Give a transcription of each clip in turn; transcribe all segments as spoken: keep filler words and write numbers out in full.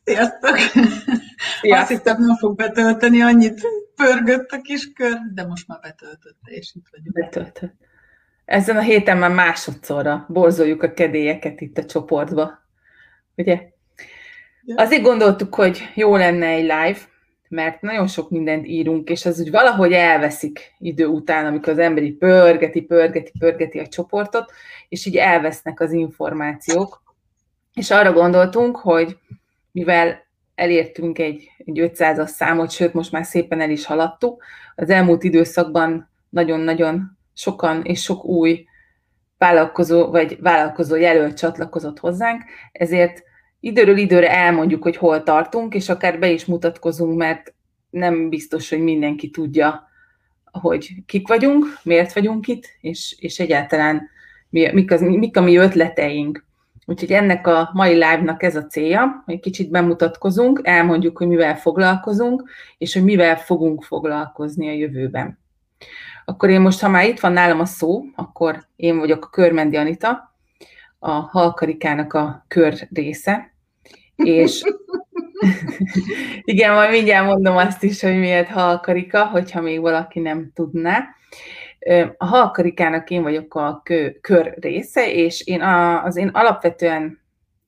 Sziasztok! Azt Sziasztok! hittem, nem fog betölteni, annyit pörgött a kis kör, de most már betöltötte, és itt vagyunk. Betöltött. Ezen a héten már másodszorra borzoljuk a kedélyeket itt a csoportba. Ugye? Ja. Azért gondoltuk, hogy jó lenne egy live, mert nagyon sok mindent írunk, és az úgy valahogy elveszik idő után, amikor az ember így pörgeti, pörgeti, pörgeti a csoportot, és így elvesznek az információk. És arra gondoltunk, hogy mivel elértünk egy, egy ötszázas számot, sőt, most már szépen el is haladtuk, az elmúlt időszakban nagyon-nagyon sokan és sok új vállalkozó vagy vállalkozó jelölt csatlakozott hozzánk, ezért időről időre elmondjuk, hogy hol tartunk, és akár be is mutatkozunk, mert nem biztos, hogy mindenki tudja, hogy kik vagyunk, miért vagyunk itt, és, és egyáltalán mi, mik, az, mik a mi ötleteink. Úgyhogy ennek a mai live-nak ez a célja, hogy kicsit bemutatkozunk, elmondjuk, hogy mivel foglalkozunk, és hogy mivel fogunk foglalkozni a jövőben. Akkor én most, ha már itt van nálam a szó, akkor én vagyok a Körmendi Anita, a Halkarikának a kör része, és igen, majd mindjárt mondom azt is, hogy miért Halkarika, hogyha még valaki nem tudná. A Halkarikának én vagyok a kör része, és én az én alapvetően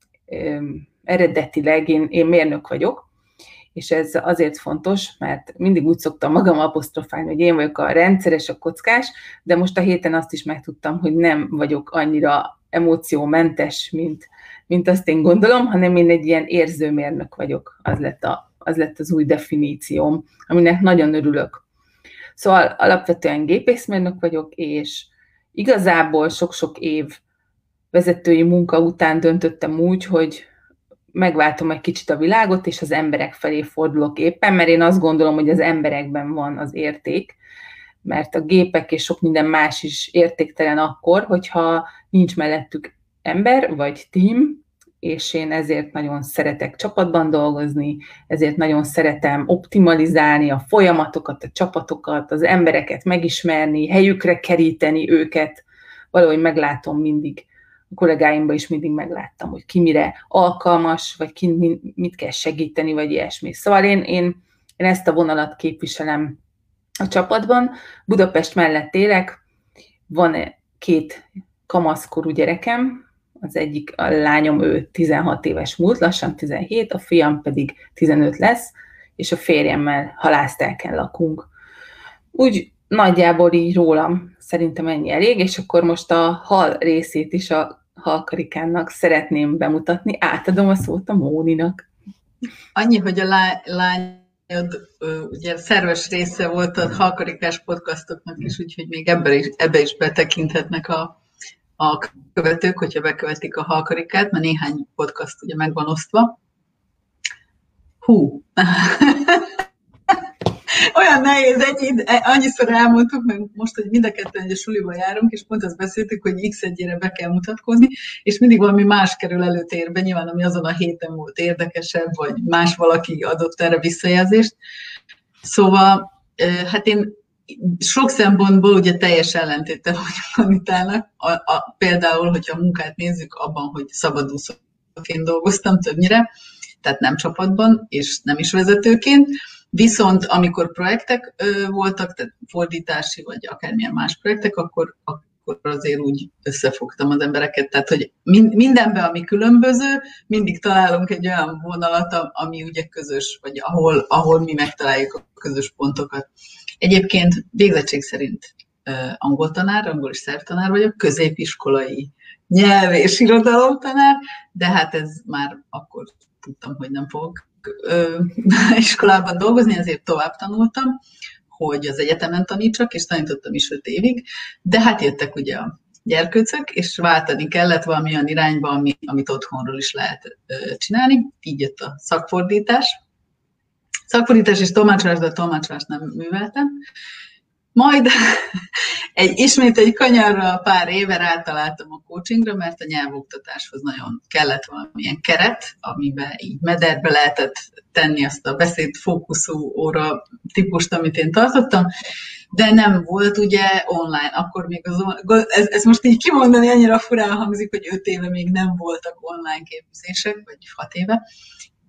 eredetileg én, én mérnök vagyok, és ez azért fontos, mert mindig úgy szoktam magam apostrofálni, hogy én vagyok a rendszeres, a kockás, de most a héten azt is megtudtam, hogy nem vagyok annyira emóciómentes, mint, mint azt én gondolom, hanem én egy ilyen érzőmérnök vagyok. Az lett, a, az lett az új definícióm, aminek nagyon örülök. Szóval alapvetően gépészmérnök vagyok, és igazából sok-sok év vezetői munka után döntöttem úgy, hogy megváltom egy kicsit a világot, és az emberek felé fordulok éppen, mert én azt gondolom, hogy az emberekben van az érték, mert a gépek és sok minden más is értéktelen akkor, hogyha nincs mellettük ember vagy team, és én ezért nagyon szeretek csapatban dolgozni, ezért nagyon szeretem optimalizálni a folyamatokat, a csapatokat, az embereket megismerni, helyükre keríteni őket, valahogy meglátom mindig, a kollégáimban is mindig megláttam, hogy ki mire alkalmas, vagy ki mit kell segíteni, vagy ilyesmi. Szóval én, én, én ezt a vonalat képviselem a csapatban. Budapest mellett élek, van két kamaszkorú gyerekem, az egyik a lányom, ő tizenhat éves múlt, lassan tizenhét, a fiam pedig tizenöt lesz, és a férjemmel halásztelken lakunk. Úgy nagyjából így rólam szerintem ennyi elég, és akkor most a hal részét is a Halkarikának szeretném bemutatni. Átadom a szót a Móninak. Annyi, hogy a lá- lányod ugye szerves része volt a Halkarikás podcastoknak is, úgyhogy még ebbe is, ebbe is betekinthetnek a, a követők, hogyha bekövetik a Halkarikát, mert néhány podcast ugye meg van osztva. Hú! Olyan nehéz, ennyi, annyiszor elmondtuk, meg most, hogy mind a ketten egy a suliba járunk, és pont azt beszéltük, hogy x egyére be kell mutatkozni, és mindig valami más kerül előtérbe, nyilván ami azon a héten volt érdekesebb, vagy más valaki adott erre visszajelzést. Szóval, hát én sok szempontból ugye teljes ellentéte vagyok Anitának. A, a, például, hogyha a munkát nézzük, abban, hogy szabadúszóként dolgoztam többnyire, tehát nem csapatban, és nem is vezetőként. Viszont amikor projektek ö, voltak, tehát fordítási, vagy akármilyen más projektek, akkor, akkor azért úgy összefogtam az embereket. Tehát, hogy min, mindenben, ami különböző, mindig találunk egy olyan vonalat, ami ugye közös, vagy ahol, ahol mi megtaláljuk a közös pontokat. Egyébként végzettség szerint ö, angol tanár, angol és szervtanár vagyok, középiskolai nyelv és irodalomtanár, de hát ez már akkor tudtam, hogy nem fogok Ö, iskolában dolgozni, ezért tovább tanultam, hogy az egyetemen tanítsak, és tanítottam is öt évig, de hát jöttek ugye a gyerkőcök, és váltani kellett valamilyen irányba, ami, amit otthonról is lehet ö, csinálni, így jött a szakfordítás. Szakfordítás és tolmácsolás, de a tolmácsolást nem műveltem. Majd egy, ismét egy kanyarra pár éve rátaláltam a coachingra, mert a nyelvoktatáshoz nagyon kellett valamilyen keret, amiben így mederbe lehetett tenni azt a beszédfókuszú óra típust, amit én tartottam, de nem volt ugye online, akkor még az, ez, ez most így kimondani annyira furán hangzik, hogy öt éve még nem voltak online képzések, vagy hat éve,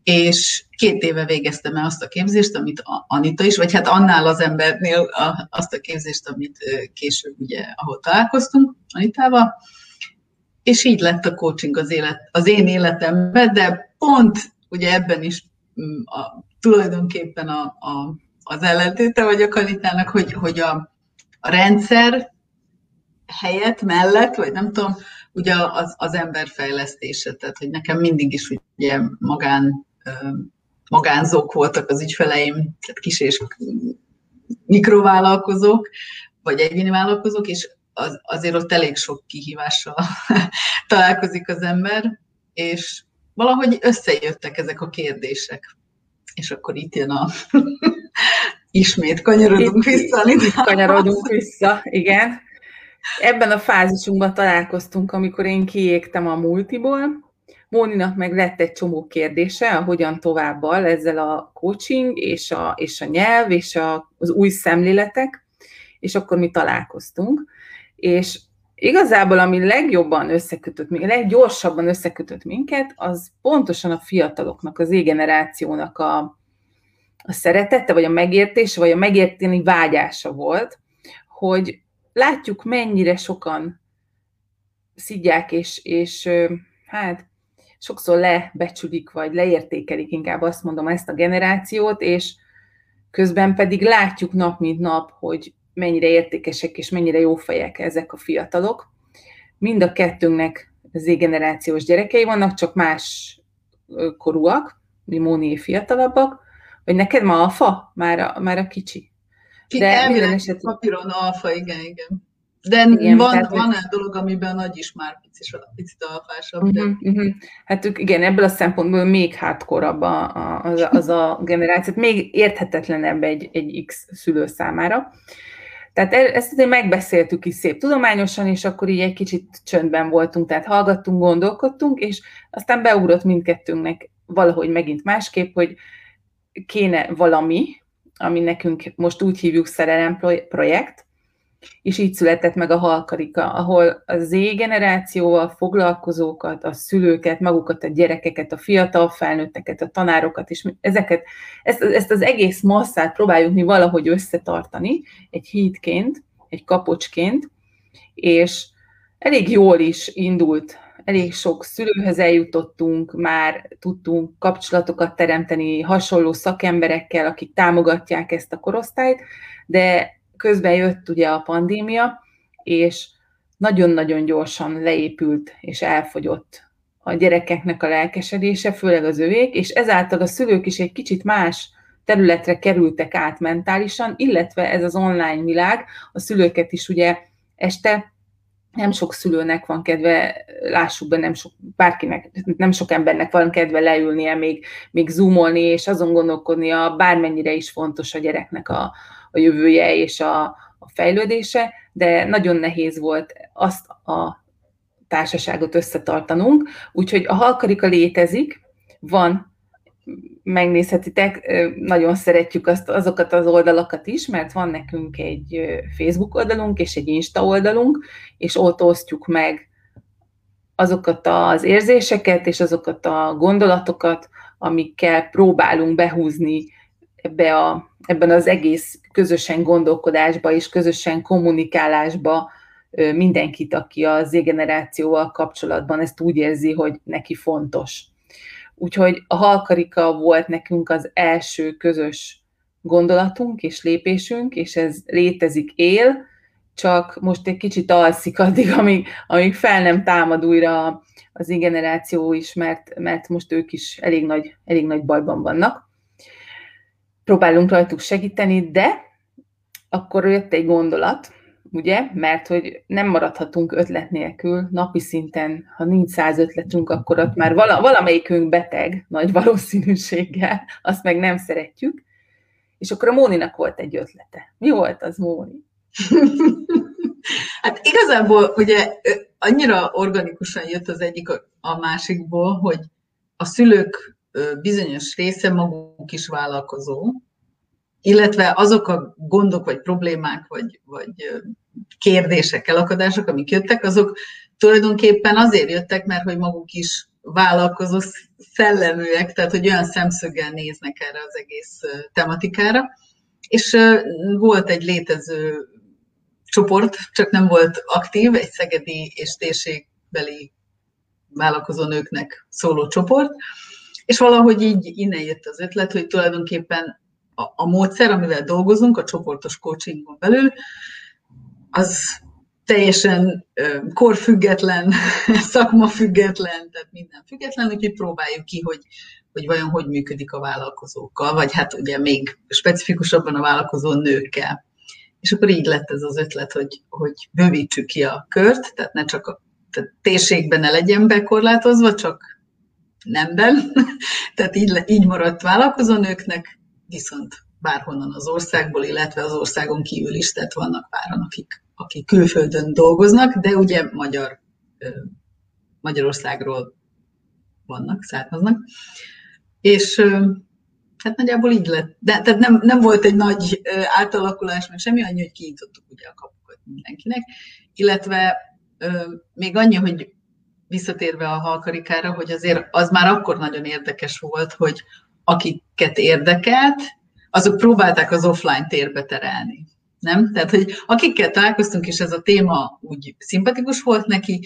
és két éve végeztem el azt a képzést, amit Anita is, vagy hát annál az embernél azt a képzést, amit később ugye, ahol találkoztunk Anitával, és így lett a coaching az, élet, az én életemben, de pont ugye ebben is a, tulajdonképpen a, a, az ellentéte vagyok Anitának, hogy, hogy a, a rendszer helyett, mellett, vagy nem tudom, ugye az, az ember fejlesztése, tehát hogy nekem mindig is ugye magán, magánzók voltak az ügyfeleim, tehát kis és mikrovállalkozók, vagy egyéni vállalkozók, és az, azért ott elég sok kihívással találkozik az ember, és valahogy összejöttek ezek a kérdések. És akkor itt jön a ismét kanyarodunk itt, vissza. Itt kanyarodunk vissza, igen. Ebben a fázisunkban találkoztunk, amikor én kiégtem a multiból. Móninak meg lett egy csomó kérdése, a hogyan továbbal ezzel a coaching, és a, és a nyelv, és a, az új szemléletek, és akkor mi találkoztunk. És igazából, ami legjobban összekötött, leggyorsabban összekötött minket, az pontosan a fiataloknak, az Z-generációnak a, a szeretete, vagy a megértése, vagy a megérteni vágyása volt, hogy látjuk, mennyire sokan szidják, és, és hát sokszor lebecsülik, vagy leértékelik, inkább azt mondom, ezt a generációt, és közben pedig látjuk nap mint nap, hogy mennyire értékesek, és mennyire jó fejek ezek a fiatalok. Mind a kettőnknek Z-generációs gyerekei vannak, csak más korúak, mi Móni fiatalabbak, vagy neked ma alfa? Már a, már a kicsi. De minden eset... papíron alfa, igen, igen. De igen, van, tehát, van egy dolog, amiben nagy is már picit, picit alfásabb. Uh-huh, de... uh-huh. Hát ők igen, ebből a szempontból még hardcore-abb az, az a generáció, még érthetetlenebb egy, egy X szülő számára. Tehát ezt azért megbeszéltük is szép tudományosan, és akkor így egy kicsit csöndben voltunk, tehát hallgattunk, gondolkodtunk, és aztán beugrott mindkettőnknek valahogy megint másképp, hogy kéne valami, ami nekünk most úgy hívjuk szerelem projekt, és így született meg a Halkarika, ahol a Z-generációval foglalkozókat, a szülőket, magukat, a gyerekeket, a fiatal felnőtteket, a tanárokat, és ezeket, ezt, ezt az egész masszát próbáljuk mi valahogy összetartani, egy hídként, egy kapocsként, és elég jól is indult, elég sok szülőhöz eljutottunk, már tudtunk kapcsolatokat teremteni hasonló szakemberekkel, akik támogatják ezt a korosztályt, de közben jött ugye a pandémia, és nagyon-nagyon gyorsan leépült és elfogyott a gyerekeknek a lelkesedése, főleg az övék, és ezáltal a szülők is egy kicsit más területre kerültek át mentálisan, illetve ez az online világ a szülőket is ugye este nem sok szülőnek van kedve, lássuk be, nem sok, bárkinek, nem sok embernek van kedve leülnie, még, még zoomolni, és azon gondolkodnia, bármennyire is fontos a gyereknek a, a jövője és a, a fejlődése, de nagyon nehéz volt azt a társaságot összetartanunk, úgyhogy a Halkarika létezik, van, megnézhetitek, nagyon szeretjük azt, azokat az oldalakat is, mert van nekünk egy Facebook oldalunk és egy Insta oldalunk, és ott osztjuk meg azokat az érzéseket és azokat a gondolatokat, amikkel próbálunk behúzni ebbe a, ebben az egész közösen gondolkodásba és közösen kommunikálásba mindenkit, aki a Z-generációval kapcsolatban ezt úgy érzi, hogy neki fontos. Úgyhogy a Halkarika volt nekünk az első közös gondolatunk és lépésünk, és ez létezik, él, csak most egy kicsit alszik addig, amíg, amíg fel nem támad újra az Z-generáció is, mert, mert most ők is elég nagy, elég nagy bajban vannak. Próbálunk rajtuk segíteni, de akkor jött egy gondolat, ugye, mert hogy nem maradhatunk ötlet nélkül, napi szinten, ha nincs száz ötletünk, akkor ott már vala, valamelyikünk beteg, nagy valószínűséggel, azt meg nem szeretjük, és akkor a Móninak volt egy ötlete. Mi volt az, Móni? Hát igazából ugye annyira organikusan jött az egyik a másikból, hogy a szülők bizonyos része maguk is vállalkozó, illetve azok a gondok, vagy problémák, vagy, vagy kérdések, elakadások, amik jöttek, azok tulajdonképpen azért jöttek, mert hogy maguk is vállalkozó szelleműek, tehát hogy olyan szemszöggel néznek erre az egész tematikára. És volt egy létező csoport, csak nem volt aktív, egy szegedi és térségbeli vállalkozó nőknek szóló csoport, és valahogy így innen jött az ötlet, hogy tulajdonképpen a, a módszer, amivel dolgozunk, a csoportos coachingon belül, az teljesen korfüggetlen, szakmafüggetlen, tehát minden független, úgyhogy próbáljuk ki, hogy, hogy vajon hogy működik a vállalkozókkal, vagy hát ugye még specifikusabban a vállalkozó nőkkel. És akkor így lett ez az ötlet, hogy, hogy bővítsük ki a kört, tehát ne csak a tehát térségben ne legyen bekorlátozva, csak nemben. Tehát így, így maradt vállalkozó nőknek, viszont bárhonnan az országból, illetve az országon kívül is, tehát vannak páran, akik, akik külföldön dolgoznak, de ugye magyar, Magyarországról vannak, származnak. És hát nagyjából így lett. De tehát nem, nem volt egy nagy átalakulás, meg semmi, annyi, hogy kinyitottuk ugye a kapukat mindenkinek. Illetve még annyi, hogy visszatérve a halkarikára, hogy azért az már akkor nagyon érdekes volt, hogy akiket érdekelt, azok próbálták az offline térbe terelni. Nem? Tehát, hogy akikkel találkoztunk, és ez a téma úgy szimpatikus volt neki,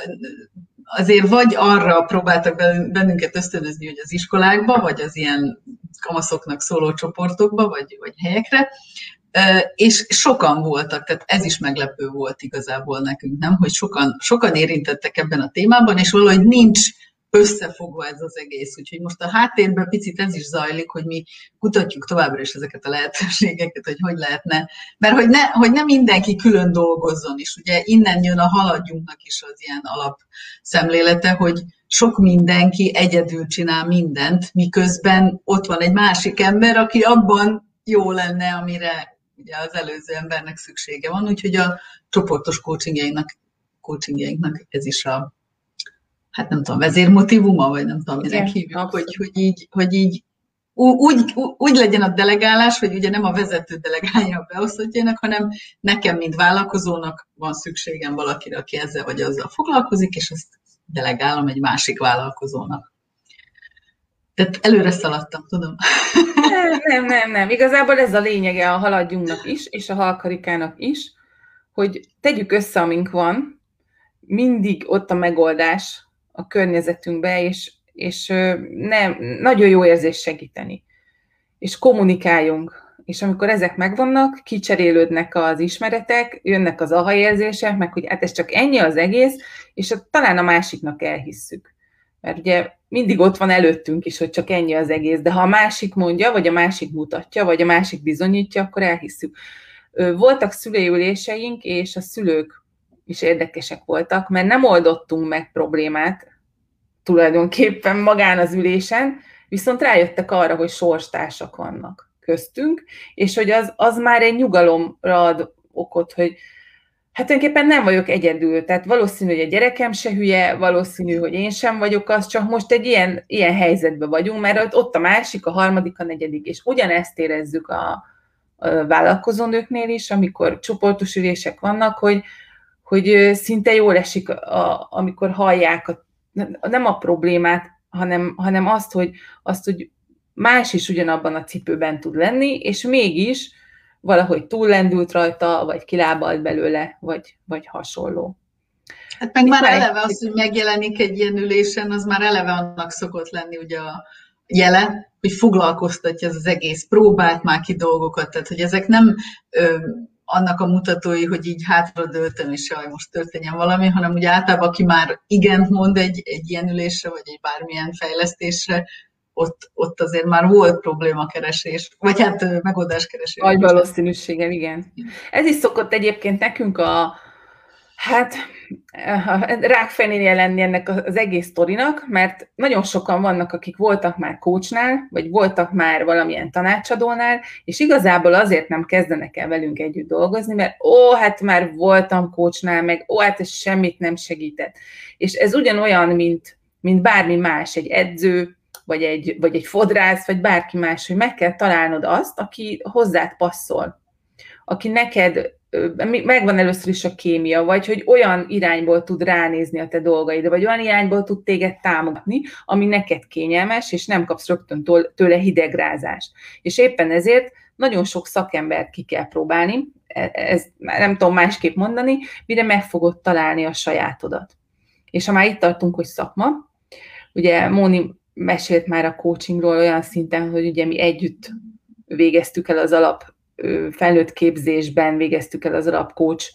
azért vagy arra próbáltak bennünket ösztönözni, hogy az iskolákba, vagy az ilyen kamaszoknak szóló csoportokba, vagy, vagy helyekre, és sokan voltak, tehát ez is meglepő volt igazából nekünk, nem? Hogy sokan, sokan érintettek ebben a témában, és valahogy nincs összefogva ez az egész. Úgyhogy most a háttérben picit ez is zajlik, hogy mi kutatjuk továbbra is ezeket a lehetőségeket, hogy hogy lehetne, mert hogy, ne, hogy nem mindenki külön dolgozzon is. Ugye innen jön a haladjunknak is az ilyen alapszemlélete, hogy sok mindenki egyedül csinál mindent, miközben ott van egy másik ember, aki abban jó lenne, amire ugye az előző embernek szüksége van, úgyhogy a csoportos coachingjainknak, coachingjainknak ez is a, hát nem tudom, vezérmotívuma, vagy nem tudom, minek hívjuk, hogy, hogy így, hogy így úgy, úgy legyen a delegálás, hogy ugye nem a vezető delegálja a beosztottjának, hanem nekem, mint vállalkozónak van szükségem valakire, aki ezzel vagy azzal foglalkozik, és ezt delegálom egy másik vállalkozónak. Tehát előre szaladtam, tudom. Nem, nem, nem, nem. Igazából ez a lényege a haladjunknak is, és a halkarikának is, hogy tegyük össze, amink van, mindig ott a megoldás a környezetünkbe, és, és nem, nagyon jó érzés segíteni. És kommunikáljunk. És amikor ezek megvannak, kicserélődnek az ismeretek, jönnek az aha érzések, meg hogy hát ez csak ennyi az egész, és talán a másiknak elhisszük. Mert ugye mindig ott van előttünk is, hogy csak ennyi az egész, de ha a másik mondja, vagy a másik mutatja, vagy a másik bizonyítja, akkor elhisszük. Voltak szülőüléseink, és a szülők is érdekesek voltak, mert nem oldottunk meg problémát tulajdonképpen magán az ülésen, viszont rájöttek arra, hogy sorstársak vannak köztünk, és hogy az, az már egy nyugalomra ad okot, hogy hát tulajdonképpen nem vagyok egyedül, tehát valószínű, hogy a gyerekem se hülye, valószínű, hogy én sem vagyok az, csak most egy ilyen, ilyen helyzetben vagyunk, mert ott a másik, a harmadik, a negyedik, és ugyanezt érezzük a, a vállalkozónőknél is, amikor csoportos ülések vannak, hogy, hogy szinte jól esik, a, amikor hallják a, nem a problémát, hanem, hanem azt, hogy, azt, hogy más is ugyanabban a cipőben tud lenni, és mégis valahogy túllendült rajta, vagy kilábalt belőle, vagy, vagy hasonló. Hát meg már eleve az, hogy megjelenik egy ilyen ülésen, az már eleve annak szokott lenni ugye a jele, hogy foglalkoztatja az egész, próbált már ki dolgokat, tehát hogy ezek nem ö, annak a mutatói, hogy így hátradőltem, és jaj, most történjen valami, hanem ugye általában, aki már igent mond egy, egy ilyen ülésre, vagy egy bármilyen fejlesztésre, Ott, ott azért már volt problémakeresés, vagy hát megoldáskeresés. Nagy valószínűséggel, igen. Ez is szokott egyébként nekünk a, hát a rákfenénél lenni ennek az egész sztorinak, mert nagyon sokan vannak, akik voltak már coachnál, vagy voltak már valamilyen tanácsadónál, és igazából azért nem kezdenek el velünk együtt dolgozni, mert ó, hát már voltam coachnál, meg ó, hát ez semmit nem segített. És ez ugyanolyan, mint, mint bármi más, egy edző, vagy egy, vagy egy fodrász, vagy bárki más, hogy meg kell találnod azt, aki hozzád passzol. Aki neked megvan először is a kémia, vagy hogy olyan irányból tud ránézni a te dolgaidra, vagy olyan irányból tud téged támogatni, ami neked kényelmes, és nem kapsz rögtön tőle hidegrázást. És éppen ezért nagyon sok szakembert ki kell próbálni, ezt nem tudom másképp mondani, mire meg fogod találni a sajátodat. És ha már itt tartunk, hogy szakma, ugye Móni mesélt már a coachingról olyan szinten, hogy ugye mi együtt végeztük el az alap felnőtt képzésben, végeztük el az alap coach,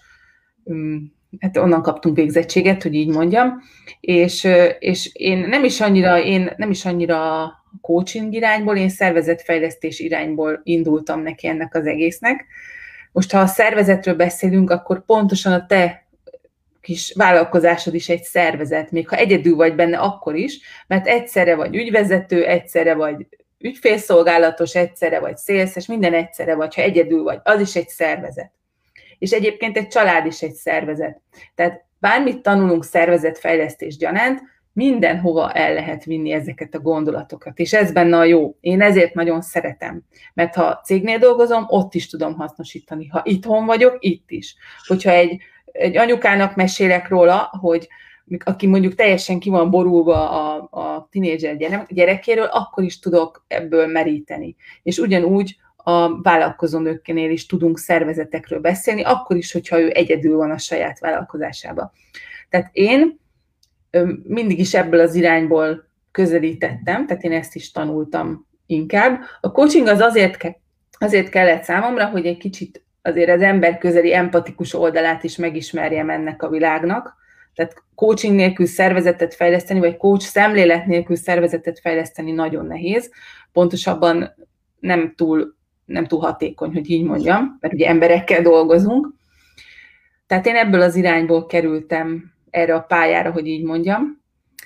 hát onnan kaptunk végzettséget, hogy így mondjam, és, és én nem is annyira, én nem is annyira coaching irányból, én szervezetfejlesztés irányból indultam neki ennek az egésznek. Most, ha a szervezetről beszélünk, akkor pontosan a te kis vállalkozásod is egy szervezet, még ha egyedül vagy benne, akkor is, mert egyszerre vagy ügyvezető, egyszerre vagy ügyfélszolgálatos, egyszerre vagy szélszes, minden egyszerre vagy, ha egyedül vagy, az is egy szervezet. És egyébként egy család is egy szervezet. Tehát bármit tanulunk szervezetfejlesztés gyanánt, mindenhova el lehet vinni ezeket a gondolatokat, és ez benne a jó. Én ezért nagyon szeretem, mert ha cégnél dolgozom, ott is tudom hasznosítani. Ha itthon vagyok, itt is. Hogyha egy, egy anyukának mesélek róla, hogy aki mondjuk teljesen ki van borulva a, a tinédzser gyerekéről, akkor is tudok ebből meríteni. És ugyanúgy a vállalkozó nőknél is tudunk szervezetekről beszélni, akkor is, hogyha ő egyedül van a saját vállalkozásában. Tehát én mindig is ebből az irányból közelítettem, tehát én ezt is tanultam inkább. A coaching az azért, ke- azért kellett számomra, hogy egy kicsit azért az ember közeli empatikus oldalát is megismerjem ennek a világnak. Tehát coaching nélkül szervezetet fejleszteni, vagy coach szemlélet nélkül szervezetet fejleszteni nagyon nehéz. Pontosabban nem túl, nem túl hatékony, hogy így mondjam, mert ugye emberekkel dolgozunk. Tehát én ebből az irányból kerültem erre a pályára, hogy így mondjam,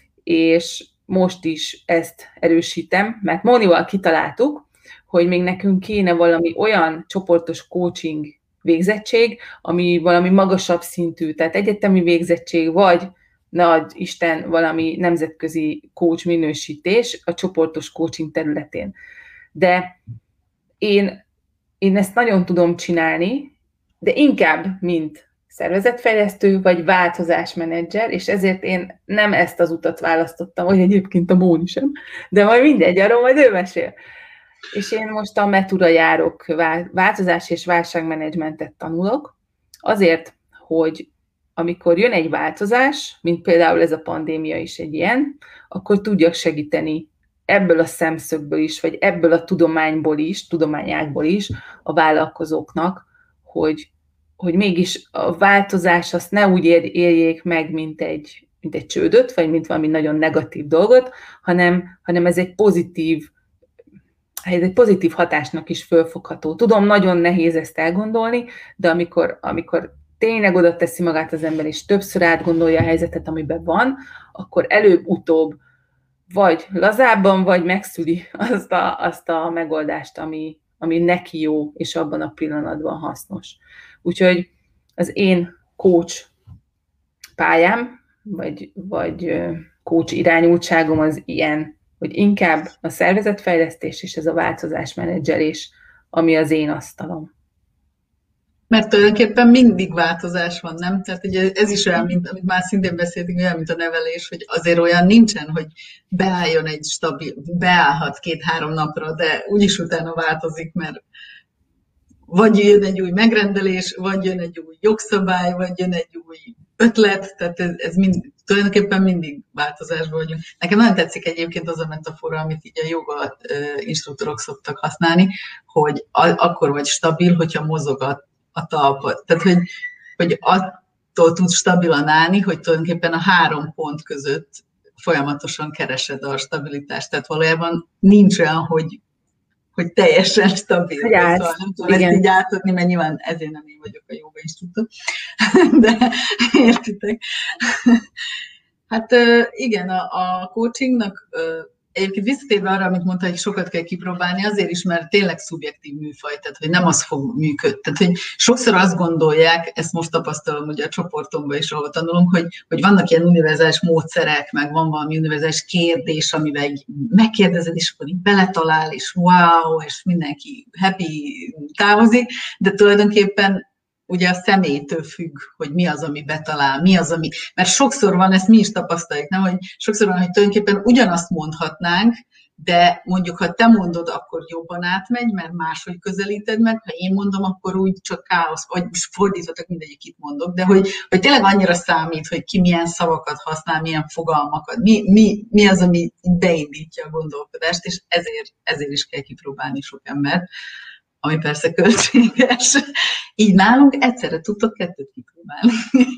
és most is ezt erősítem, mert Mónival kitaláltuk, hogy még nekünk kéne valami olyan csoportos coaching végzettség, ami valami magasabb szintű, tehát egyetemi végzettség, vagy nagy Isten valami nemzetközi coach minősítés a csoportos coaching területén. De én, én ezt nagyon tudom csinálni, de inkább, mint szervezetfejlesztő, vagy változásmenedzser, és ezért én nem ezt az utat választottam, hogy egyébként a Móni sem, de majd mindegy, arról majd ő mesél. És én most a Metura járok, változás és válságmenedzsmentet tanulok, azért, hogy amikor jön egy változás, mint például ez a pandémia is egy ilyen, akkor tudjak segíteni ebből a szemszögből is, vagy ebből a tudományból is, tudományágból is a vállalkozóknak, hogy hogy mégis a változás azt ne úgy éljék meg, mint egy, mint egy csődöt, vagy mint valami nagyon negatív dolgot, hanem, hanem ez egy pozitív, ez egy pozitív hatásnak is fölfogható. Tudom, nagyon nehéz ezt elgondolni, de amikor, amikor tényleg oda teszi magát az ember, és többször átgondolja a helyzetet, amiben van, akkor előbb-utóbb vagy lazábban, vagy megszüli azt a, azt a megoldást, ami, ami neki jó, és abban a pillanatban hasznos. Úgyhogy az én coach pályám, vagy, vagy coach irányultságom az ilyen, hogy inkább a szervezetfejlesztés és ez a változásmenedzselés, ami az én asztalom. Mert tulajdonképpen mindig változás van, nem? Tehát ugye ez is olyan, mint, amit már szintén beszéltünk, olyan, mint a nevelés, hogy azért olyan nincsen, hogy beálljon egy stabil, beállhat két-három napra, de úgyis utána változik, mert vagy jön egy új megrendelés, vagy jön egy új jogszabály, vagy jön egy új ötlet, tehát ez, ez mind, tulajdonképpen mindig változásban vagyunk. Nekem nagyon tetszik egyébként az a metafora, amit így a joga instruktorok szoktak használni, hogy a, akkor vagy stabil, hogyha mozog a, a talpad. Tehát, hogy, hogy attól tudsz stabilan állni, hogy tulajdonképpen a három pont között folyamatosan keresed a stabilitást. Tehát valójában nincs olyan, hogy hogy teljesen stabil. Szóval nem tudom ezt így átadni, mert nyilván ezért nem én vagyok a jóga instruktor. De értitek. Hát igen, a, a coachingnak egyébként visszatérve arra, amit mondta, hogy sokat kell kipróbálni, azért is, mert tényleg szubjektív műfaj, tehát hogy nem az fog működni. Tehát, hogy sokszor azt gondolják, ezt most tapasztalom ugye a csoportomban is, ahol tanulunk, hogy, hogy vannak ilyen univerzális módszerek, meg van valami univerzális kérdés, amivel megkérdezed, és akkor így beletalál, és wow, és mindenki happy távozik, de tulajdonképpen ugye a személytől függ, hogy mi az, ami betalál, mi az, ami... Mert sokszor van, ezt mi is tapasztaljuk, nem? Hogy sokszor van, hogy tulajdonképpen ugyanazt mondhatnánk, de mondjuk, ha te mondod, akkor jobban átmegy, mert máshogy közelíted meg, ha én mondom, akkor úgy csak káosz, vagy most fordítottak, mindegyik itt mondok, de hogy, hogy tényleg annyira számít, hogy ki milyen szavakat használ, milyen fogalmakat, mi, mi, mi az, ami beindítja a gondolkodást, és ezért, ezért is kell kipróbálni sok embert, ami persze költséges. Így nálunk egyszerre tudtok kettőt kipróbálni.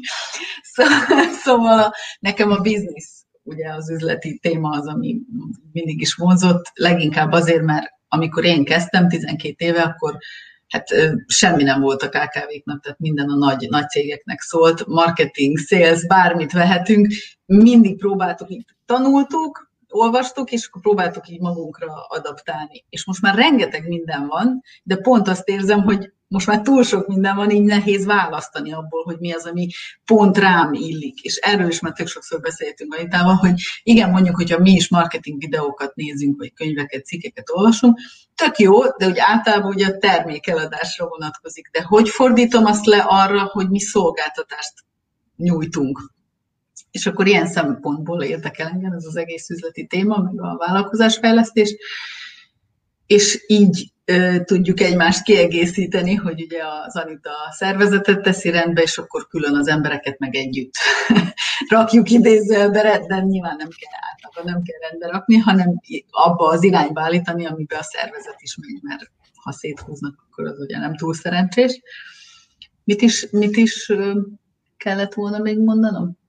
Szóval nekem a biznisz, ugye az üzleti téma az, ami mindig is vonzott, leginkább azért, mert amikor én kezdtem tizenkét éve, akkor hát semmi nem volt a ká ká véknak, tehát minden a nagy, nagy cégeknek szólt, marketing, sales, bármit vehetünk, mindig próbáltuk, így tanultuk, olvastuk, és akkor próbáltuk így magunkra adaptálni. És most már rengeteg minden van, de pont azt érzem, hogy most már túl sok minden van, így nehéz választani abból, hogy mi az, ami pont rám illik. És erről is már tök sokszor beszéltünk Anitával, hogy igen, mondjuk, hogyha mi is marketing videókat nézünk, vagy könyveket, cikkeket olvasunk, tök jó, de ugye általában ugye a termékeladásra vonatkozik. De hogy fordítom azt le arra, hogy mi szolgáltatást nyújtunk? És akkor ilyen szempontból érdekel engem ez az egész üzleti téma, meg a vállalkozásfejlesztés, és így e, tudjuk egymást kiegészíteni, hogy ugye az Anita a szervezetet teszi rendbe, és akkor külön az embereket meg együtt rakjuk idézőjelbe rendben, nyilván nem kell általában, nem kell rendbe rakni, hanem abba az irányba állítani, amiben a szervezet is megy, mert ha széthúznak, akkor az ugye nem túl szerencsés. Mit is, mit is kellett volna még mondanom?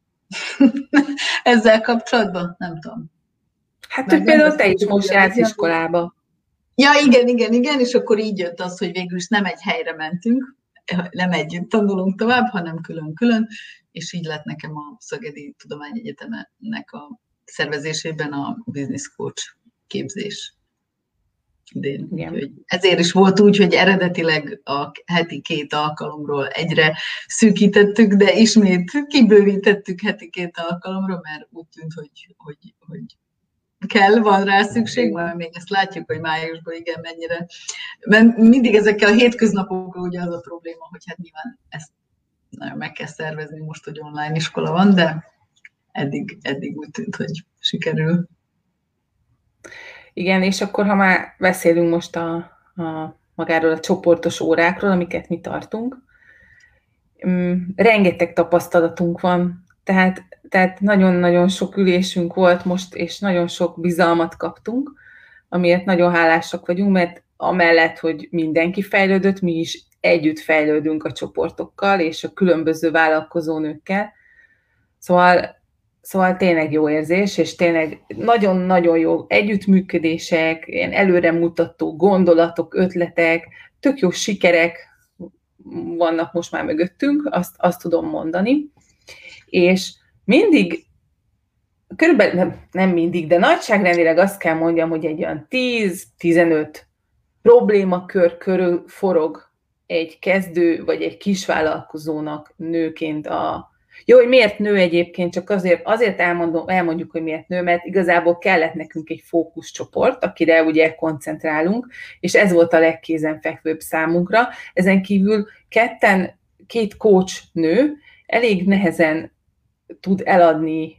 Ezzel kapcsolatban? Nem tudom. Hát, hogy például te is most jársz iskolába. Ja, igen, igen, igen, és akkor így jött az, hogy végül is nem egy helyre mentünk, nem együtt tanulunk tovább, hanem külön-külön, és így lett nekem a Szegedi Tudományegyetemnek a szervezésében a business coach képzés idén. Úgyhogy ezért is volt úgy, hogy eredetileg a heti két alkalomról egyre szűkítettük, de ismét kibővítettük heti két alkalomra, mert úgy tűnt, hogy, hogy, hogy kell, van rá szükség, mert még ezt látjuk, hogy májusban igen, mennyire. Mert mindig ezekkel a hétköznapokról ugye az a probléma, hogy hát nyilván ezt nagyon meg kell szervezni most, hogy online iskola van, de eddig, eddig úgy tűnt, hogy sikerül. Igen, és akkor, ha már beszélünk most a, a magáról a csoportos órákról, amiket mi tartunk, rengeteg tapasztalatunk van, tehát, tehát nagyon-nagyon sok ülésünk volt most, és nagyon sok bizalmat kaptunk, amiért nagyon hálásak vagyunk, mert amellett, hogy mindenki fejlődött, mi is együtt fejlődünk a csoportokkal, és a különböző vállalkozónőkkel. Szóval Szóval tényleg jó érzés, és tényleg nagyon-nagyon jó együttműködések, ilyen előremutató gondolatok, ötletek, tök jó sikerek vannak most már mögöttünk, azt, azt tudom mondani. És mindig, körülbelül nem, nem mindig, de nagyságrendileg azt kell mondjam, hogy egy olyan tíz-tizenöt problémakör körül forog egy kezdő vagy egy kisvállalkozónak nőként a Jó, hogy miért nő egyébként, csak azért, azért elmondom, elmondjuk, hogy miért nő, mert igazából kellett nekünk egy fókuszcsoport, akire ugye koncentrálunk, és ez volt a legkézenfekvőbb számunkra. Ezen kívül ketten, két coach nő elég nehezen tud eladni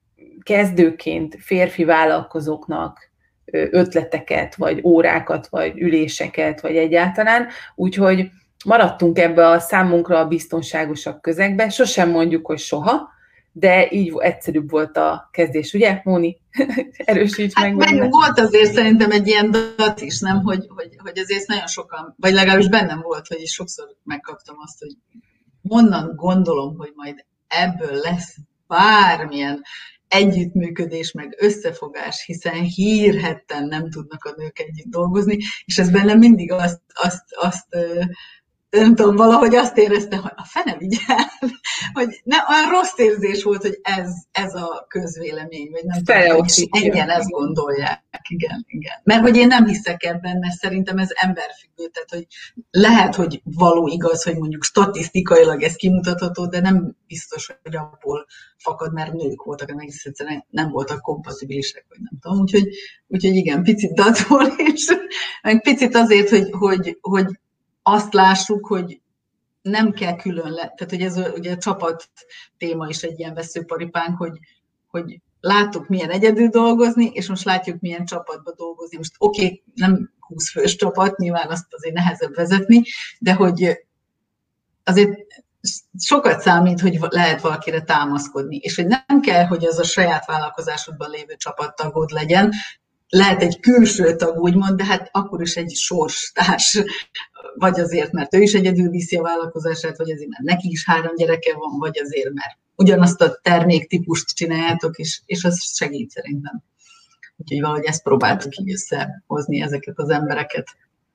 kezdőként férfi vállalkozóknak ötleteket, vagy órákat, vagy üléseket, vagy egyáltalán, úgyhogy maradtunk ebbe a számunkra a biztonságosabb közegbe, sosem mondjuk, hogy soha, de így egyszerűbb volt a kezdés, ugye, Móni? Erősíts hát meg. meg volt azért szerintem egy ilyen dat is, nem, hogy, hogy, hogy azért nagyon sokan, vagy legalábbis bennem volt, hogy is sokszor megkaptam azt, hogy honnan gondolom, hogy majd ebből lesz bármilyen együttműködés, meg összefogás, hiszen hírhedten nem tudnak a nők együtt dolgozni, és ez bennem mindig azt, azt, azt nem tudom, valahogy azt érezte, hogy a fene vigyel, hogy ne, olyan rossz érzés volt, hogy ez, ez a közvélemény, vagy nem tudom, hogy ennyien ezt gondolják. Igen, igen. Mert hogy én nem hiszek ebben, mert szerintem ez emberfüggő, tehát hogy lehet, hogy való igaz, hogy mondjuk statisztikailag ez kimutatható, de nem biztos, hogy abból fakad, mert nők voltak, ennek egyszerűen nem voltak kompatibilisek, vagy nem tudom. Úgyhogy, úgyhogy igen, picit datból is, meg picit azért, hogy, hogy, hogy azt lássuk, hogy nem kell külön, le, tehát hogy ez ugye a csapat téma is egy ilyen veszőparipánk, hogy, hogy láttuk milyen egyedül dolgozni, és most látjuk milyen csapatba dolgozni. Most oké, okay, nem húsz fős csapat, nyilván azt azért nehezebb vezetni, de hogy azért sokat számít, hogy lehet valakire támaszkodni, és hogy nem kell, hogy az a saját vállalkozásodban lévő csapattagod legyen, lehet egy külső tag, úgymond, de hát akkor is egy sorstárs, vagy azért, mert ő is egyedül viszi a vállalkozását, vagy azért, mert neki is három gyereke van, vagy azért, mert ugyanazt a terméktípust csináljátok, és, és az segít szerintem. Úgyhogy valahogy ezt próbáltuk így összehozni ezeket az embereket.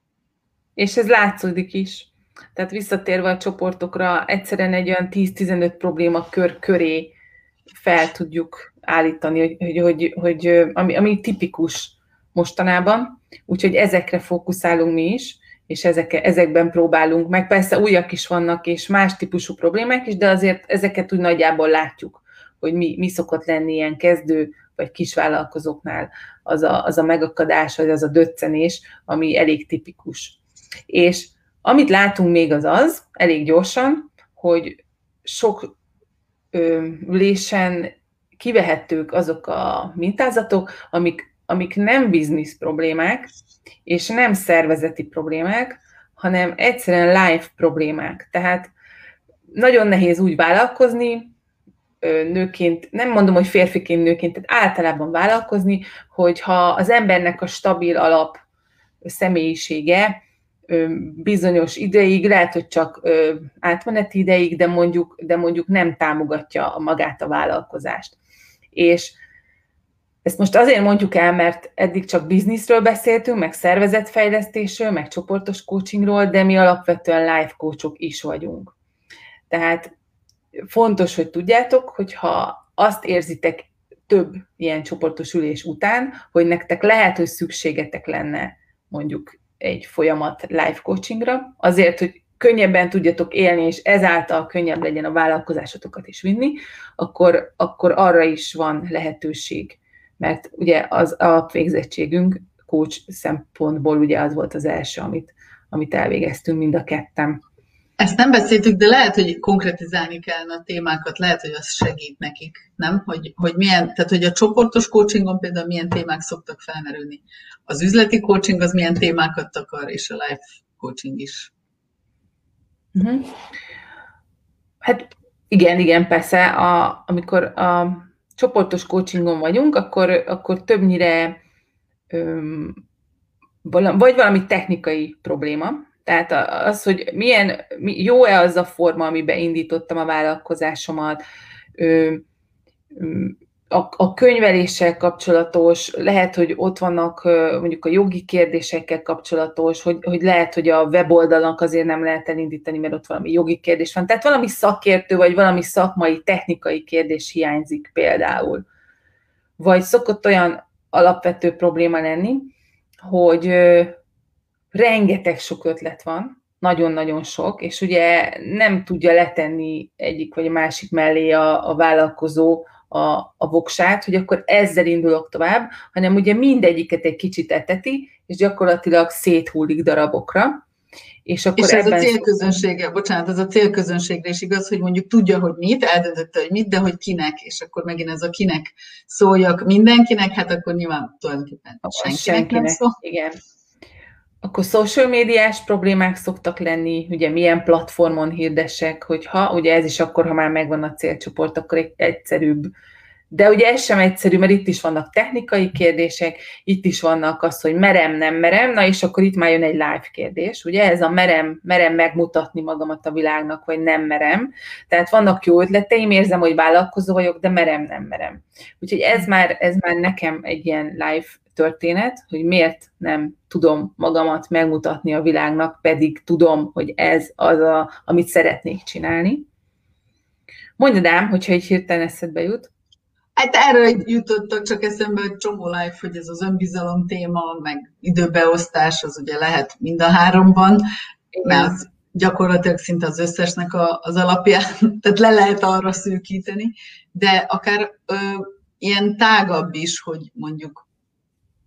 És ez látszódik is. Tehát visszatérve a csoportokra, egyszerűen egy olyan tíz-tizenöt problémakör köré fel tudjuk állítani, hogy, hogy, hogy, hogy ami, ami tipikus mostanában, úgyhogy ezekre fókuszálunk mi is, és ezek, ezekben próbálunk meg. Persze újak is vannak, és más típusú problémák is, de azért ezeket úgy nagyjából látjuk, hogy mi, mi szokott lenni ilyen kezdő vagy kisvállalkozóknál az a, az a megakadás, vagy az a döccenés, ami elég tipikus. És amit látunk még az az, elég gyorsan, hogy sok ö, ülésen kivehetők azok a mintázatok, amik, amik nem biznisz problémák, és nem szervezeti problémák, hanem egyszerűen life problémák. Tehát nagyon nehéz úgy vállalkozni, nőként, nem mondom, hogy férfiként, nőként, tehát általában vállalkozni, hogyha az embernek a stabil alap személyisége bizonyos ideig, lehet, hogy csak átmeneti ideig, de mondjuk, de mondjuk nem támogatja magát a vállalkozást. És ezt most azért mondjuk el, mert eddig csak bizniszről beszéltünk, meg szervezetfejlesztésről, meg csoportos coachingról, de mi alapvetően life coachok is vagyunk. Tehát fontos, hogy tudjátok, hogyha azt érzitek több ilyen csoportos ülés után, hogy nektek lehet, hogy szükségetek lenne mondjuk egy folyamat life coachingra, azért, hogy könnyebben tudjatok élni, és ezáltal könnyebb legyen a vállalkozásotokat is vinni, akkor, akkor arra is van lehetőség. Mert ugye az alapvégzettségünk coach szempontból ugye az volt az első, amit, amit elvégeztünk mind a ketten. Ezt nem beszéltük, de lehet, hogy konkretizálni kellene a témákat, lehet, hogy az segít nekik, nem? Hogy, hogy milyen, tehát hogy a csoportos coachingon például milyen témák szoktak felmerülni. Az üzleti coaching az milyen témákat akar, és a life coaching is. Uh-huh. Hát igen, igen, persze, a, amikor a csoportos coachingon vagyunk, akkor, akkor többnyire öm, vagy valami technikai probléma. Tehát az, hogy milyen, jó-e az a forma, amiben indítottam a vállalkozásomat, a, a könyveléssel kapcsolatos, lehet, hogy ott vannak mondjuk a jogi kérdésekkel kapcsolatos, hogy, hogy lehet, hogy a weboldalnak azért nem lehet elindítani, mert ott valami jogi kérdés van. Tehát valami szakértő, vagy valami szakmai, technikai kérdés hiányzik például. Vagy szokott olyan alapvető probléma lenni, hogy rengeteg sok ötlet van, nagyon-nagyon sok, és ugye nem tudja letenni egyik vagy a másik mellé a, a vállalkozó a, a voksát, hogy akkor ezzel indulok tovább, hanem ugye mindegyiket egy kicsit eteti, és gyakorlatilag széthullik darabokra. És, akkor és ez ebben a célközönsége, bocsánat, ez a célközönségre is igaz, hogy mondjuk tudja, hogy mit, eldöntötte, hogy mit, de hogy kinek, és akkor megint ez a kinek szóljak mindenkinek, hát akkor nyilván tulajdonképpen senkinek, senkinek nem szól. Igen. Akkor social médiás problémák szoktak lenni, ugye milyen platformon hirdessek, hogyha, ugye ez is akkor, ha már megvan a célcsoport, akkor egyszerűbb. De ugye ez sem egyszerű, mert itt is vannak technikai kérdések, itt is vannak az, hogy merem, nem merem, na és akkor itt már jön egy live kérdés, ugye ez a merem, merem megmutatni magamat a világnak, vagy nem merem. Tehát vannak jó ötleteim, érzem, hogy vállalkozó vagyok, de merem, nem merem. Úgyhogy ez már, ez már nekem egy ilyen live történet, hogy miért nem tudom magamat megmutatni a világnak, pedig tudom, hogy ez az, a, amit szeretnék csinálni. Mondjad ám, hogyha egy hirtelen eszedbe jut. Hát erről jutottak csak eszembe egy csomó live, hogy ez az önbizalom téma, meg időbeosztás, az ugye lehet mind a háromban, mert az gyakorlatilag szinte az összesnek a, az alapján, tehát le lehet arra szűkíteni, de akár ö, ilyen tágabb is, hogy mondjuk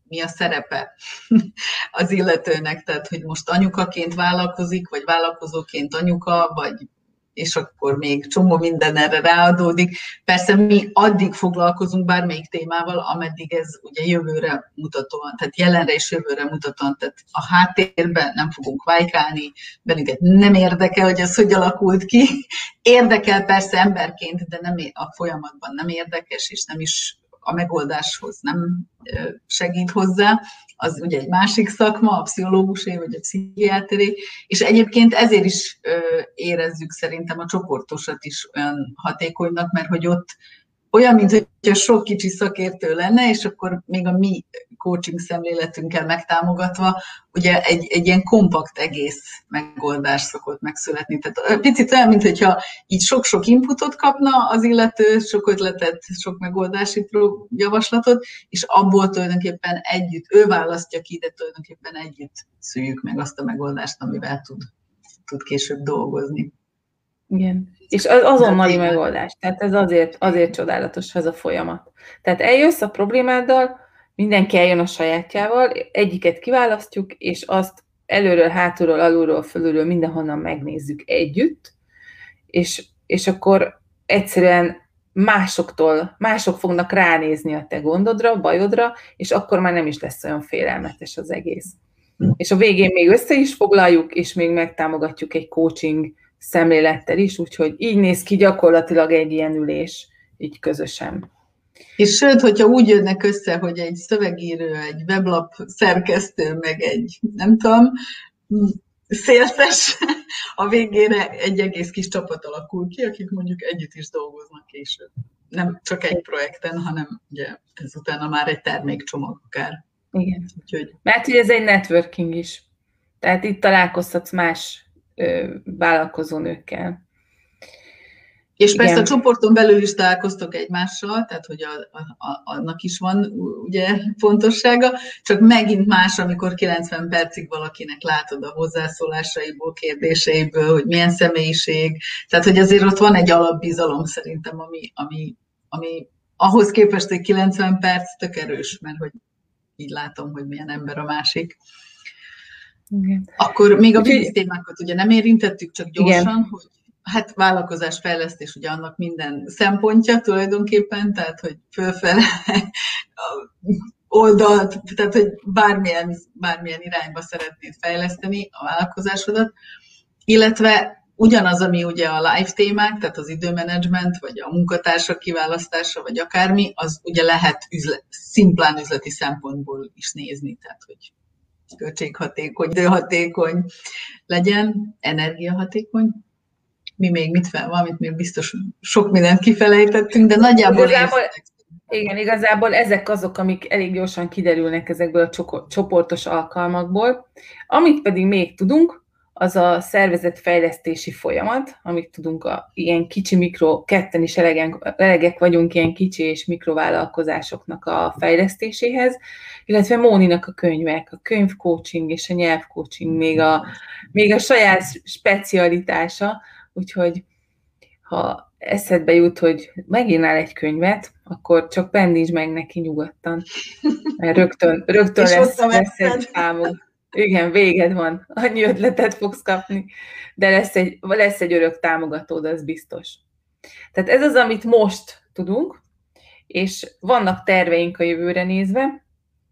mi a szerepe az illetőnek, tehát hogy most anyukaként vállalkozik, vagy vállalkozóként anyuka, vagy és akkor még csomó minden erre ráadódik. Persze mi addig foglalkozunk bármelyik témával, ameddig ez ugye jövőre mutatóan, tehát jelenre és jövőre mutatóan, tehát a háttérben nem fogunk vájkálni, bennünket nem érdekel, hogy ez hogy alakult ki. Érdekel persze emberként, de nem a folyamatban nem érdekes, és nem is a megoldáshoz nem segít hozzá. Az ugye egy másik szakma, a pszichológusé vagy a pszichiáteré, és egyébként ezért is érezzük szerintem a csoportosat is olyan hatékonynak, mert hogy ott olyan, mintha sok kicsi szakértő lenne, és akkor még a mi coaching szemléletünkkel megtámogatva, ugye egy, egy ilyen kompakt egész megoldás szokott megszületni. Tehát picit olyan, mintha így sok-sok inputot kapna az illető, sok ötletet, sok megoldási javaslatot, és abból tulajdonképpen együtt, ő választja ki, de tulajdonképpen együtt szüljük meg azt a megoldást, amivel tud, tud később dolgozni. Igen. És az azonnali megoldás. Tehát ez azért, azért csodálatos ez a folyamat. Tehát eljössz a problémáddal, mindenki eljön a sajátjával, egyiket kiválasztjuk, és azt előről, hátulról, alulról, fölülről mindenhonnan megnézzük együtt, és, és akkor egyszerűen másoktól, mások fognak ránézni a te gondodra, bajodra, és akkor már nem is lesz olyan félelmetes az egész. És a végén még össze is foglaljuk, és még megtámogatjuk egy coaching szemlélettel is, úgyhogy így néz ki gyakorlatilag egy ilyen ülés, így közösen. És sőt, hogyha úgy jönnek össze, hogy egy szövegíró, egy weblap szerkesztő, meg egy, nem tudom, szélszes, a végére egy egész kis csapat alakul ki, akik mondjuk együtt is dolgoznak később. Nem csak egy projekten, hanem ugye ezután már egy termékcsomag akár. Igen. Úgyhogy... Mert hogy ez egy networking is. Tehát itt találkoztatsz más vállalkozónőkkel. És igen. Persze a csoporton belül is találkoztok egymással, tehát hogy a, a, annak is van ugye fontossága, csak megint más, amikor kilencven percig valakinek látod a hozzászólásaiból, kérdéseiből, hogy milyen személyiség, tehát hogy azért ott van egy alapbizalom szerintem, ami, ami, ami ahhoz képest, hogy kilencven perc tök erős, mert hogy így látom, hogy milyen ember a másik. Igen. Akkor még a business témákat ugye nem érintettük, csak gyorsan, igen. Hogy hát vállalkozásfejlesztés ugye annak minden szempontja tulajdonképpen, tehát hogy fölfele oldalt, tehát hogy bármilyen, bármilyen irányba szeretnéd fejleszteni a vállalkozásodat, illetve ugyanaz, ami ugye a live témák, tehát az időmenedzsment, vagy a munkatársak kiválasztása, vagy akármi, az ugye lehet üzlet, szimplán üzleti szempontból is nézni, tehát hogy költséghatékony, időhatékony legyen, energiahatékony. Mi még mit fel, valamit még biztos sok mindent kifelejtettünk, de nagyjából igazából, igen, igazából ezek azok, amik elég gyorsan kiderülnek ezekből a csoportos alkalmakból. Amit pedig még tudunk, az a szervezetfejlesztési folyamat, amit tudunk a ilyen kicsi mikro, ketten is elegen, elegek vagyunk ilyen kicsi és mikrovállalkozásoknak a fejlesztéséhez, illetve Móninak a könyvek, a könyvcoaching és a nyelvcoaching még a, még a saját specialitása, úgyhogy ha eszedbe jut, hogy megírnál egy könyvet, akkor csak pendítsd meg neki nyugodtan, mert rögtön, rögtön lesz, lesz egy számunk. Igen, véged van, annyi ötletet fogsz kapni, de lesz egy, lesz egy örök támogatód, az biztos. Tehát ez az, amit most tudunk, és vannak terveink a jövőre nézve.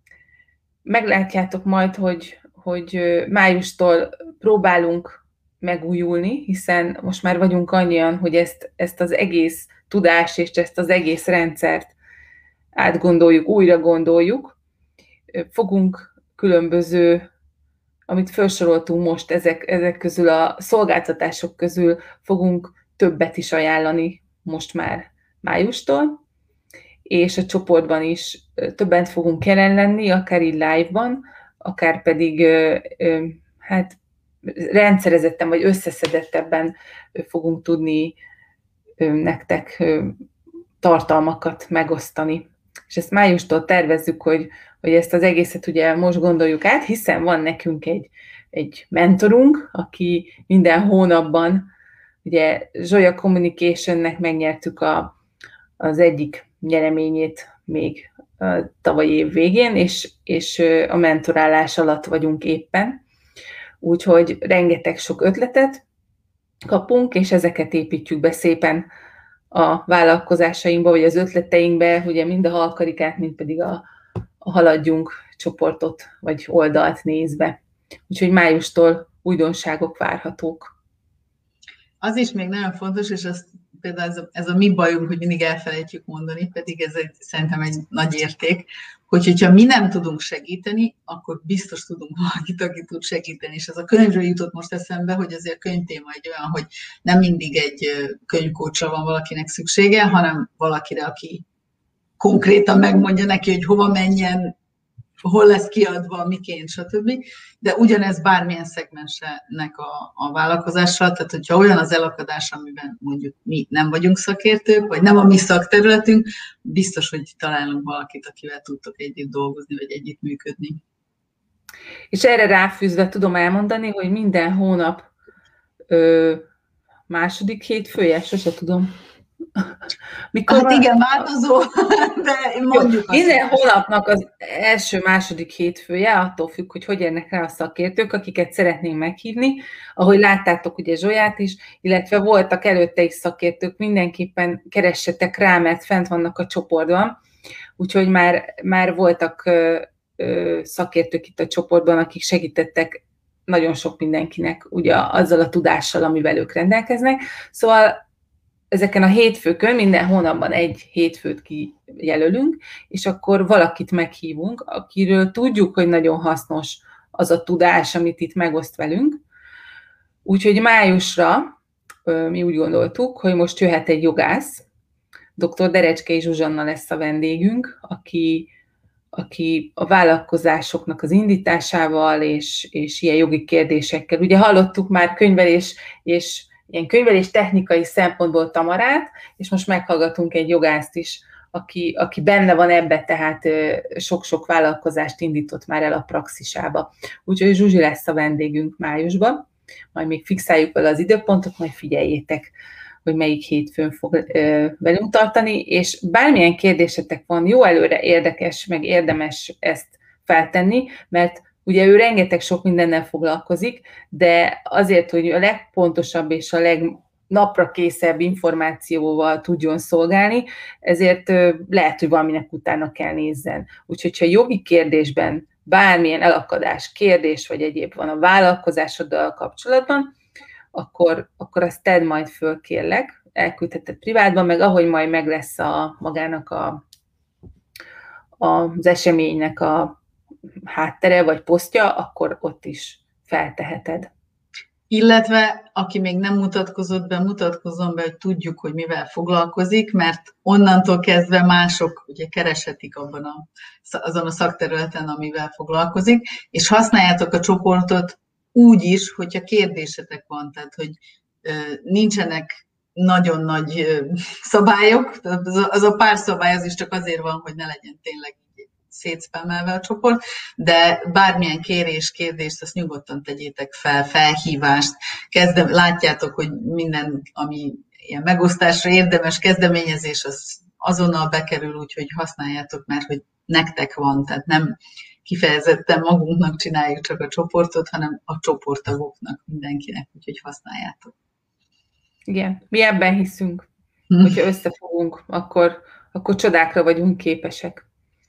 Meglátjátok majd, hogy, hogy májustól próbálunk megújulni, hiszen most már vagyunk annyian, hogy ezt, ezt az egész tudást és ezt az egész rendszert átgondoljuk, újra gondoljuk. Fogunk különböző, amit felsoroltunk most, ezek, ezek közül a szolgáltatások közül fogunk többet is ajánlani most már májustól, és a csoportban is többet fogunk jelen lenni, akár így live-ban, akár pedig hát rendszerezetten vagy összeszedettebben fogunk tudni nektek tartalmakat megosztani. És ezt májustól tervezzük, hogy, hogy ezt az egészet ugye most gondoljuk át, hiszen van nekünk egy, egy mentorunk, aki minden hónapban, ugye Zsolya Communicationnek megnyertük a, az egyik nyereményét még tavalyi év végén, és, és a mentorálás alatt vagyunk éppen. Úgyhogy rengeteg sok ötletet kapunk, és ezeket építjük be szépen a vállalkozásainkba, vagy az ötleteinkbe, ugye mind a halkarikát, mind pedig a, a haladjunk csoportot, vagy oldalt nézve. Úgyhogy májustól újdonságok várhatók. Az is még nagyon fontos, és azt például ez a, ez a mi bajunk, hogy mindig elfelejtjük mondani, pedig ez egy, szerintem egy nagy érték, hogy hogyha mi nem tudunk segíteni, akkor biztos tudunk valakit, aki tud segíteni. És ez a könyvről jutott most eszembe, hogy azért a könyvtéma egy olyan, hogy nem mindig egy könyvkócsra van valakinek szüksége, hanem valakire, aki konkrétan megmondja neki, hogy hova menjen, hol lesz kiadva, miként, stb. De ugyanez bármilyen szegmensenek a, a vállalkozással, tehát hogyha olyan az elakadás, amiben mondjuk mi nem vagyunk szakértők, vagy nem a mi szakterületünk, biztos, hogy találunk valakit, akivel tudtok együtt dolgozni, vagy együtt működni. És erre ráfűzve tudom elmondani, hogy minden hónap ö, második hétfője, sose tudom. Mikor hát van? Igen, változó, de mondjuk azt. Minden hónapnak az első-második hétfője, attól függ, hogy hogy érnek rá a szakértők, akiket szeretnénk meghívni. Ahogy láttátok ugye Zsolyát is, illetve voltak előtte is szakértők, mindenképpen keressetek rá, mert fent vannak a csoportban. Úgyhogy már, már voltak ö, ö, szakértők itt a csoportban, akik segítettek nagyon sok mindenkinek ugye azzal a tudással, amivel ők rendelkeznek. Szóval ezeken a hétfőkön minden hónapban egy hétfőt kijelölünk, és akkor valakit meghívunk, akiről tudjuk, hogy nagyon hasznos az a tudás, amit itt megoszt velünk. Úgyhogy májusra mi úgy gondoltuk, hogy most jöhet egy jogász, dr. Derecskei Zsuzsanna lesz a vendégünk, aki, aki a vállalkozásoknak az indításával és, és ilyen jogi kérdésekkel. Ugye hallottuk már könyvelés és ilyen könyvelés technikai szempontból Tamarát, és most meghallgatunk egy jogászt is, aki, aki benne van ebbe, tehát sok-sok vállalkozást indított már el a praxisába. Úgyhogy Zsuzsi lesz a vendégünk májusban, majd még fixáljuk vele az időpontot, majd figyeljétek, hogy melyik hétfőn fog velünk tartani, és bármilyen kérdésetek van, jó előre érdekes, meg érdemes ezt feltenni, mert ugye ő rengeteg sok mindennel foglalkozik, de azért, hogy a legpontosabb és a legnapra készebb információval tudjon szolgálni, ezért lehet, hogy valaminek utána kell nézzen. Úgyhogy, ha jogi kérdésben bármilyen elakadás, kérdés vagy egyéb van a vállalkozásoddal kapcsolatban, akkor, akkor azt tedd majd föl, kérlek, elküldheted privátban, meg ahogy majd meg lesz a magának a, az eseménynek a háttere vagy posztja, akkor ott is felteheted. Illetve, aki még nem mutatkozott be, mutatkozzon be, hogy tudjuk, hogy mivel foglalkozik, mert onnantól kezdve mások ugye kereshetik abban a, azon a szakterületen, amivel foglalkozik, és használjátok a csoportot úgy is, hogyha kérdésetek van, tehát, hogy nincsenek nagyon nagy szabályok, az a pár szabály az is csak azért van, hogy ne legyen tényleg szétszpámelve a csoport, de bármilyen kérés, kérdést, azt nyugodtan tegyétek fel, felhívást. Kezdem, látjátok, hogy minden, ami ilyen megosztásra érdemes kezdeményezés, az azonnal bekerül, úgyhogy használjátok, mert hogy nektek van, tehát nem kifejezetten magunknak csináljuk csak a csoportot, hanem a csoporttagoknak, mindenkinek, úgyhogy használjátok. Igen, mi ebben hiszünk, hm. hogyha összefogunk, akkor, akkor csodákra vagyunk képesek.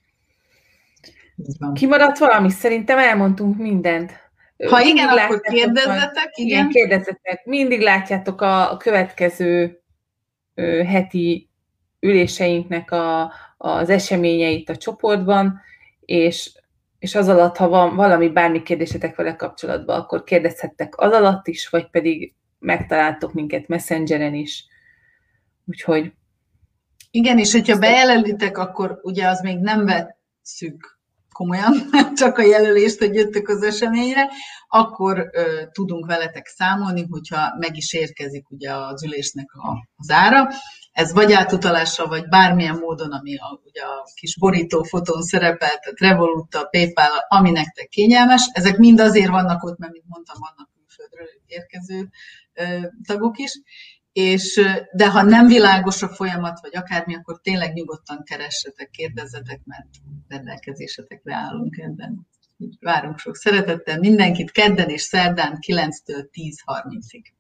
Kimaradt valami? Szerintem elmondtunk mindent. Ha mindig igen, akkor kérdezzetek. Igen, igen, kérdezzetek. Mindig látjátok a, a következő ö, heti üléseinknek a, az eseményeit a csoportban, és, és az alatt, ha van valami, bármi kérdésetek vele kapcsolatban, akkor kérdezhettek az alatt is, vagy pedig megtaláltok minket Messengeren is. Úgyhogy... Igen, és hogyha bejelölitek, akkor ugye az még nem vesszük komolyan, csak a jelölést, hogy jöttök az eseményre, akkor ö, tudunk veletek számolni, hogyha meg is érkezik ugye az ülésnek a, az ára. Ez vagy átutalással, vagy bármilyen módon, ami a, ugye a kis borító fotón szerepel, tehát Revolutta, PayPal, ami nektek kényelmes. Ezek mind azért vannak ott, mert, mint mondtam, vannak külföldről érkező ö, tagok is. és, de ha nem világos a folyamat, vagy akármi, akkor tényleg nyugodtan keressetek, kérdezzetek, mert rendelkezésetekre állunk ebben. Így várunk sok szeretettel mindenkit kedden és szerdán kilenctől tíz harmincig.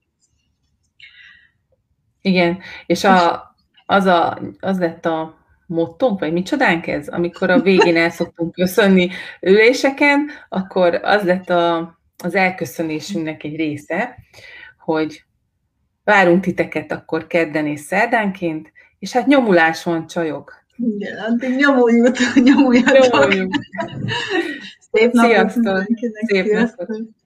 Igen, és a, az, a, az lett a mottónk, vagy micsodánk ez? Amikor a végén el szoktunk köszönni üléseken, akkor az lett a, az elköszönésünknek egy része, hogy várunk titeket akkor kedden és szerdánként, és hát nyomulás van, csajok. Igen, addig nyomuljuk, nyomuljatok. Nyomuljuk. Szép napot Sziasztok! mindenkinek. Szép Sziasztok! napot!